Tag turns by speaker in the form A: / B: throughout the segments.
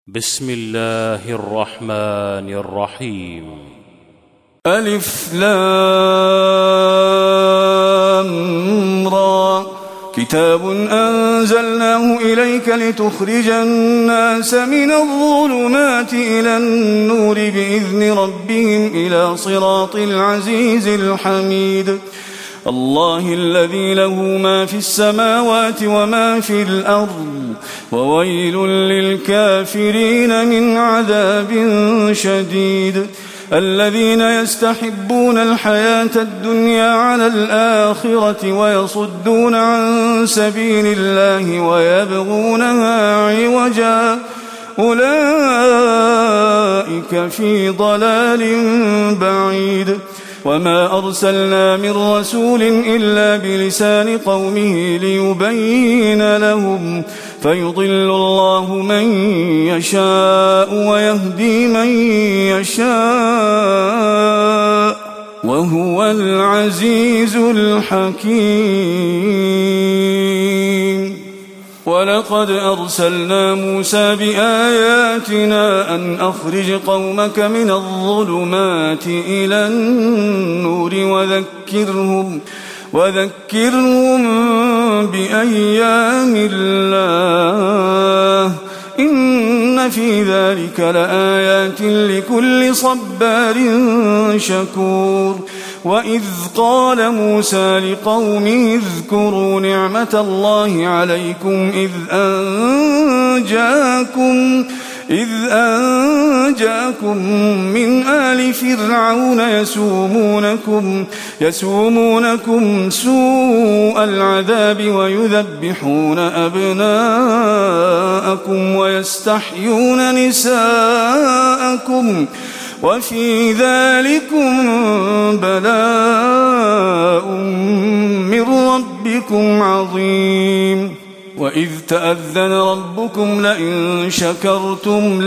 A: بسم الله الرحمن الرحيم.
B: ألف لام را كتاب أنزلناه إليك لتخرج الناس من الظلمات إلى النور بإذن ربهم إلى صراط العزيز الحميد الله الذي له ما في السماوات وما في الأرض وويل للكافرين من عذاب شديد الذين يستحبون الحياة الدنيا على الآخرة ويصدون عن سبيل الله ويبغونها عوجا أولئك في ضلال بعيد وما أرسلنا من رسول إلا بلسان قومه ليبين لهم فيضل الله من يشاء ويهدي من يشاء وهو العزيز الحكيم ولقد أرسلنا موسى بآياتنا أن أخرج قومك من الظلمات إلى النور وذكرهم بأيام الله إن في ذلك لآيات لكل صبار شكور وإذ قال موسى لقومه اذكروا نعمة الله عليكم إذ أنجاكم من آل فرعون يسومونكم سوء العذاب ويذبحون أبناءكم ويستحيون نساءكم وفي ذلكم بلاء من ربكم عظيم وإذ تأذن ربكم لئن شكرتم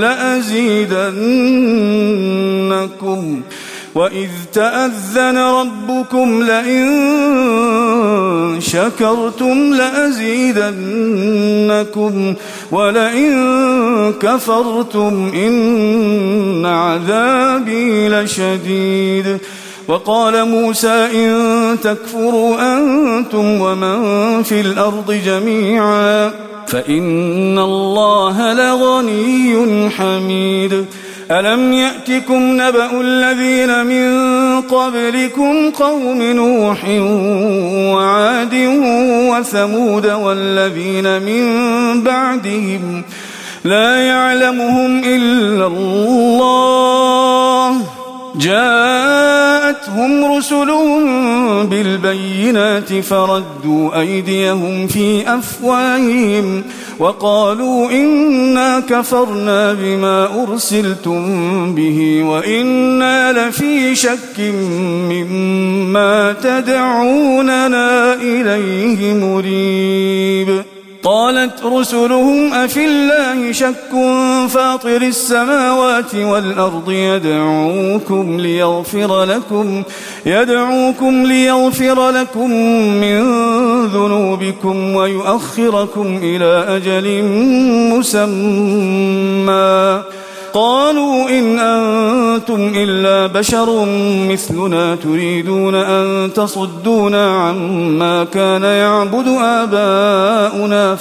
B: لأزيدنكم ولئن كفرتم إن عذابي لشديد وقال موسى إن تكفروا أنتم ومن في الأرض جميعا فإن الله لغني حميد ألم يأتكم نبأ الذين من قبلكم قوم نوح وعاد وثمود والذين من بعدهم لا يعلمهم إلا الله جاءتهم رسلهم بالبينات فردوا أيديهم في أفواههم وقالوا إنا كفرنا بما أرسلتم به وإنا لفي شك مما تدعوننا إليه مريب قالت رسلهم أفي الله شك فاطر السماوات والأرض يدعوكم ليغفر لكم من ذنوبكم ويؤخركم إلى أجل مسمى قالوا إن أنتم إلا بشر مثلنا تريدون أن تصدونا عما كان يعبد آباؤنا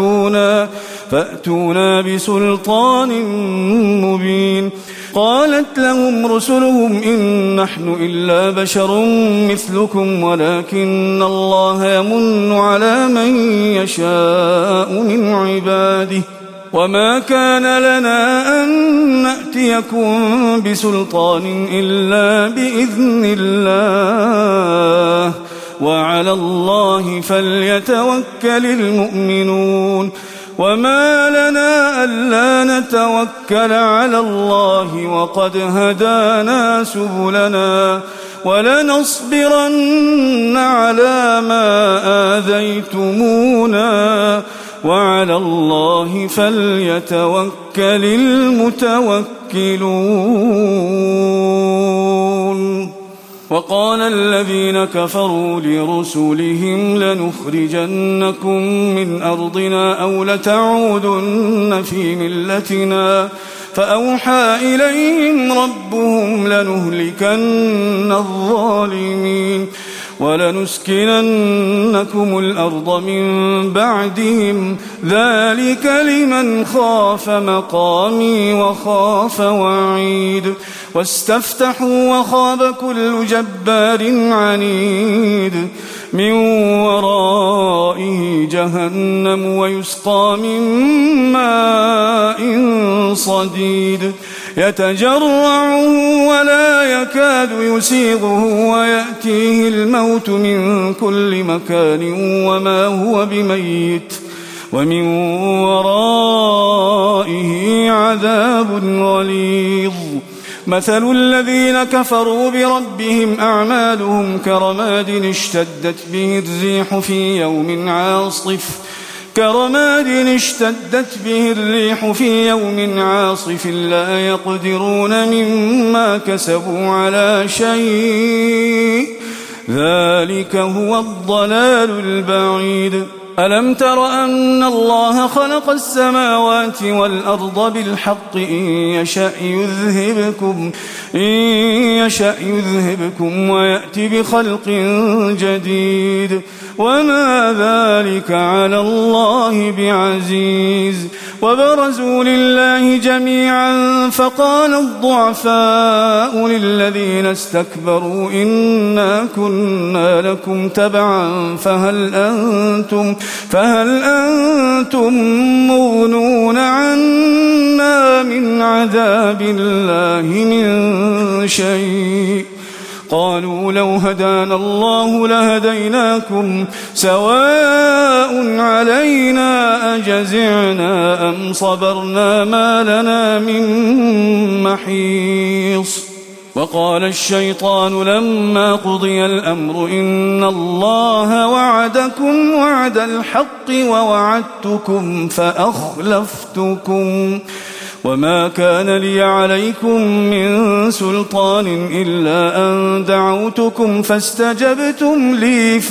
B: فأتونا بسلطان مبين قالت لهم رسلهم إن نحن إلا بشر مثلكم ولكن الله يمن على من يشاء من عباده وما كان لنا أن نأتيكم بسلطان إلا بإذن الله وعلى الله فليتوكل المؤمنون وما لنا ألا نتوكل على الله وقد هدانا سبلنا ولنصبرن على ما آذيتمونا وعلى الله فليتوكل المتوكلون وقال الذين كفروا لرسلهم لنخرجنكم من أرضنا أو لتعودن في ملتنا فأوحى إليهم ربهم لنهلكن الظالمين ولنسكننكم الأرض من بعدهم ذلك لمن خاف مقامي وخاف وعيد واستفتحوا وخاب كل جبار عنيد من ورائه جهنم ويسقى من ماء صديد يتجرعه ولا يكاد يسيغه ويأتيه الموت من كل مكان وما هو بميت ومن ورائه عذاب غليظ مثل الذين كفروا بربهم أعمالهم كرماد اشتدت به الريح في يوم عاصف لا يقدرون مما كسبوا على شيء ذلك هو الضلال البعيد ألم تر أن الله خلق السماوات والأرض بالحق إن يشأ يذهبكم ويأتي بخلق جديد وما ذلك على الله بعزيز وبرزوا لله جميعا فقال الضعفاء للذين استكبروا إنا كنا لكم تبعا فهل أنتم مغنون عنا من عذاب الله من شيء قالوا لو هدانا الله لهديناكم سواء علينا أجزعنا أم صبرنا ما لنا من محيص وقال الشيطان لما قضي الأمر إن الله وعدكم وعد الحق ووعدتكم فأخلفتكم وما كان لي عليكم من سلطان إلا أن دعوتكم فاستجبتم لي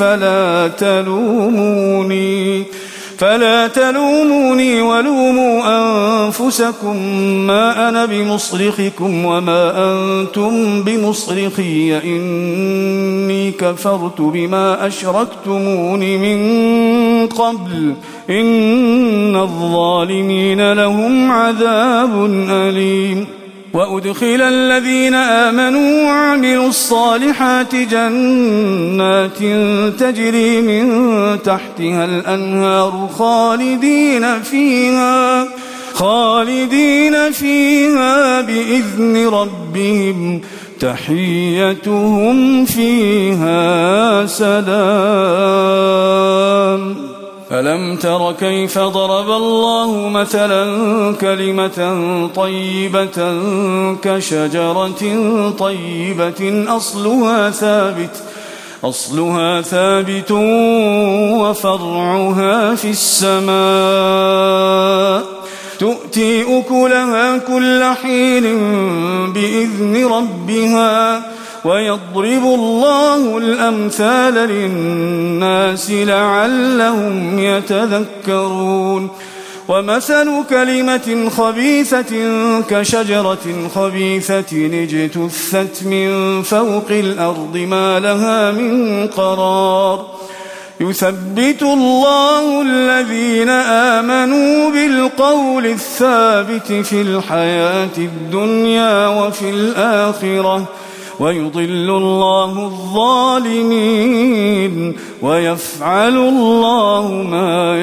B: فلا تلوموني ولوموا أنفسكم ما أنا بمصرخكم وما أنتم بمصرخي إني كفرت بما أشركتمون من قبل إن الظالمين لهم عذاب أليم وأدخل الذين آمنوا وعملوا الصالحات جنات تجري من تحتها الأنهار خالدين فيها بإذن ربهم تحيتهم فيها سلام ألم تر كيف ضرب الله مثلا كلمة طيبة كشجرة طيبة أصلها ثابت وفرعها في السماء تؤتي أكلها كل حين بإذن ربها ويضرب الله الأمثال للناس لعلهم يتذكرون ومثل كلمة خبيثة كشجرة خبيثة اجتثت من فوق الأرض ما لها من قرار يثبت الله الذين آمنوا بالقول الثابت في الحياة الدنيا وفي الآخرة ويضل الله الظالمين ويفعل الله ما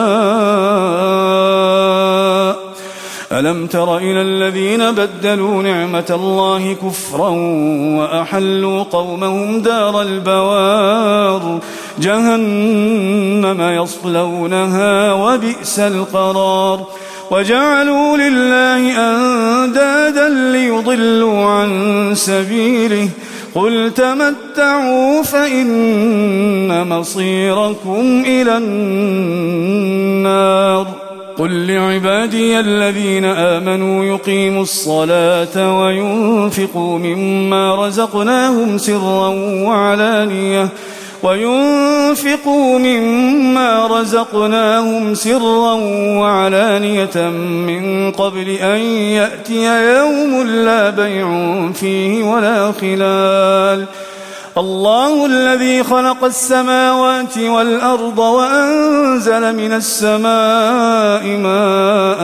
B: يشاء ألم تر إلى الذين بدلوا نعمة الله كفرا وأحلوا قومهم دار البوار جهنم يصلونها وبئس القرار وجعلوا لله أندادا ليضلوا عن سبيله قل تمتعوا فإن مصيركم إلى النار قل لعبادي الذين آمنوا يقيموا الصلاة وينفقوا مما رزقناهم سرا وعلانية من قبل أن يأتي يوم لا بيع فيه ولا خلال. الله الذي خلق السماوات والأرض وأنزل من السماء ماء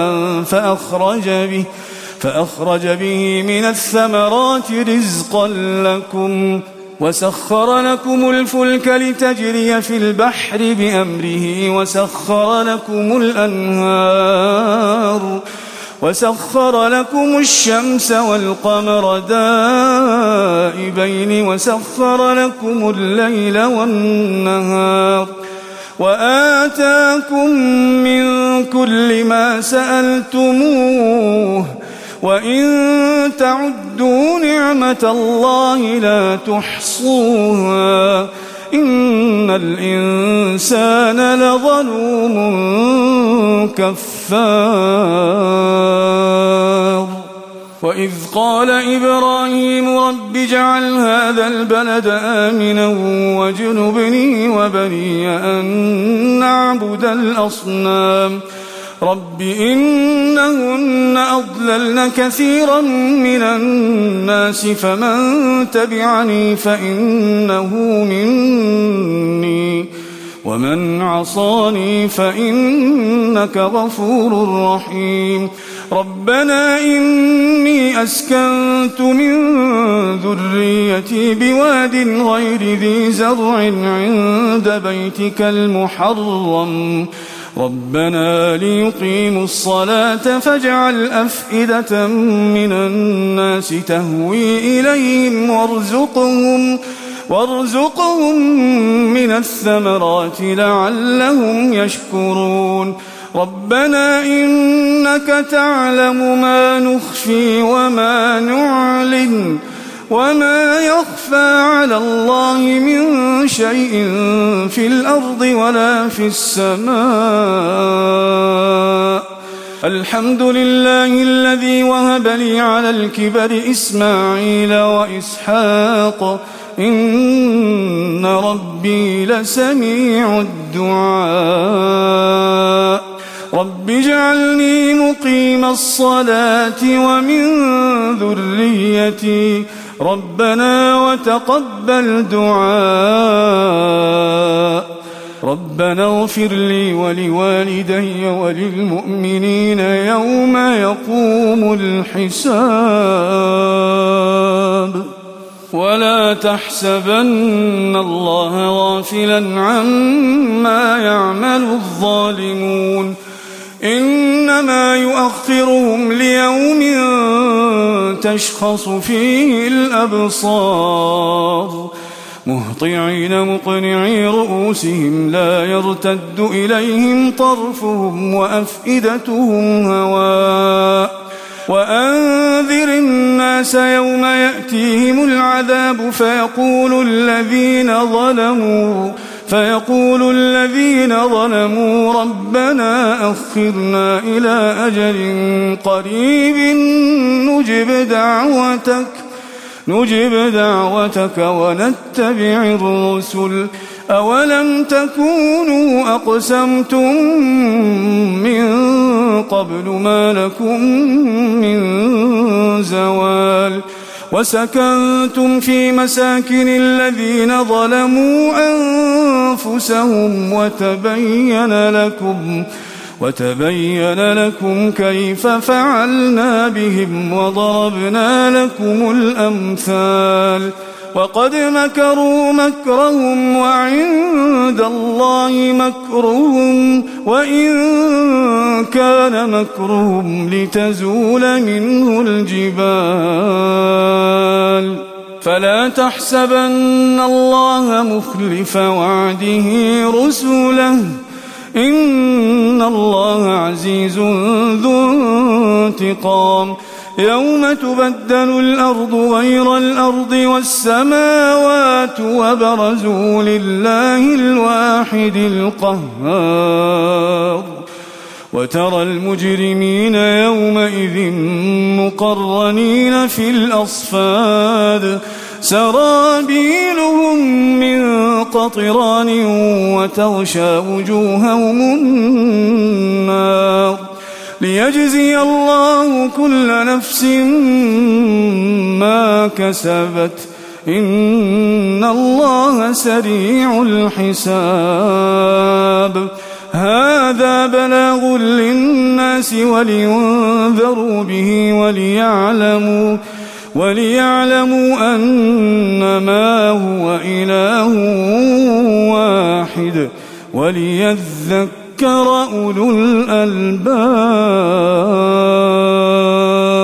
B: فأخرج به من الثمرات رزقا لكم وسخر لكم الفلك لتجري في البحر بأمره وسخر لكم الشمس والقمر دائبين وسخر لكم الليل والنهار وآتاكم من كل ما سألتموه وإن تعدوا نعمة الله لا تحصوها إن الإنسان لظلوم كفار. وإذ قال إبراهيم رب اجعل هذا البلد آمنا واجنبني وبني أن نعبد الأصنام رب إنهن أضللن كثيرا من الناس فمن تبعني فإنه مني ومن عصاني فإنك غفور رحيم. ربنا إني أسكنت من ذريتي بواد غير ذي زرع عند بيتك المحرم ربنا ليقيموا الصلاة فاجعل أفئدة من الناس تهوي إليهم وارزقهم من الثمرات لعلهم يشكرون. ربنا إنك تعلم ما نخفي وما نعلن وما يخفى على الله من شيء في الأرض ولا في السماء. الحمد لله الذي وهب لي على الكبر إسماعيل وإسحاق إن ربي لسميع الدعاء. رب اجعلني مقيم الصلاة ومن ذريتي ربنا وتقبل دعاء. ربنا اغفر لي ولوالدي وللمؤمنين يوم يقوم الحساب. ولا تحسبن الله غافلا عما يعمل الظالمون إنما يؤخرهم ليوم تشخص فيه الأبصار مهطعين مقنعي رؤوسهم لا يرتد إليهم طرفهم وأفئدتهم هواء. وأنذر الناس يوم يأتيهم العذاب فيقول الذين ظلموا ربنا أخرنا إلى أجل قريب نجب دعوتك ونتبع الرسل أولم تكونوا أقسمتم من قبل ما لكم من زوال وسكنتم في مساكن الذين ظلموا أنفسهم وتبين لكم كيف فعلنا بهم وضربنا لكم الأمثال. وقد مكروا مكرهم وعند الله مكرهم وإن كان مكرهم لتزول منه الجبال. فلا تحسبن الله مخلف وعده رسله إن الله عزيز ذو انتقام. يوم تبدل الأرض غير الأرض والسماوات وترى المجرمين يومئذ مقرنين في الأصفاد سرابيلهم من قطران وتغشى وجوههم النار ليجزي الله كل نفس ما كسبت إن الله سريع الحساب هذا بلاغ للناس ولينذروا به وليعلموا أنما هو إله واحد وليذكر أولو الألباب.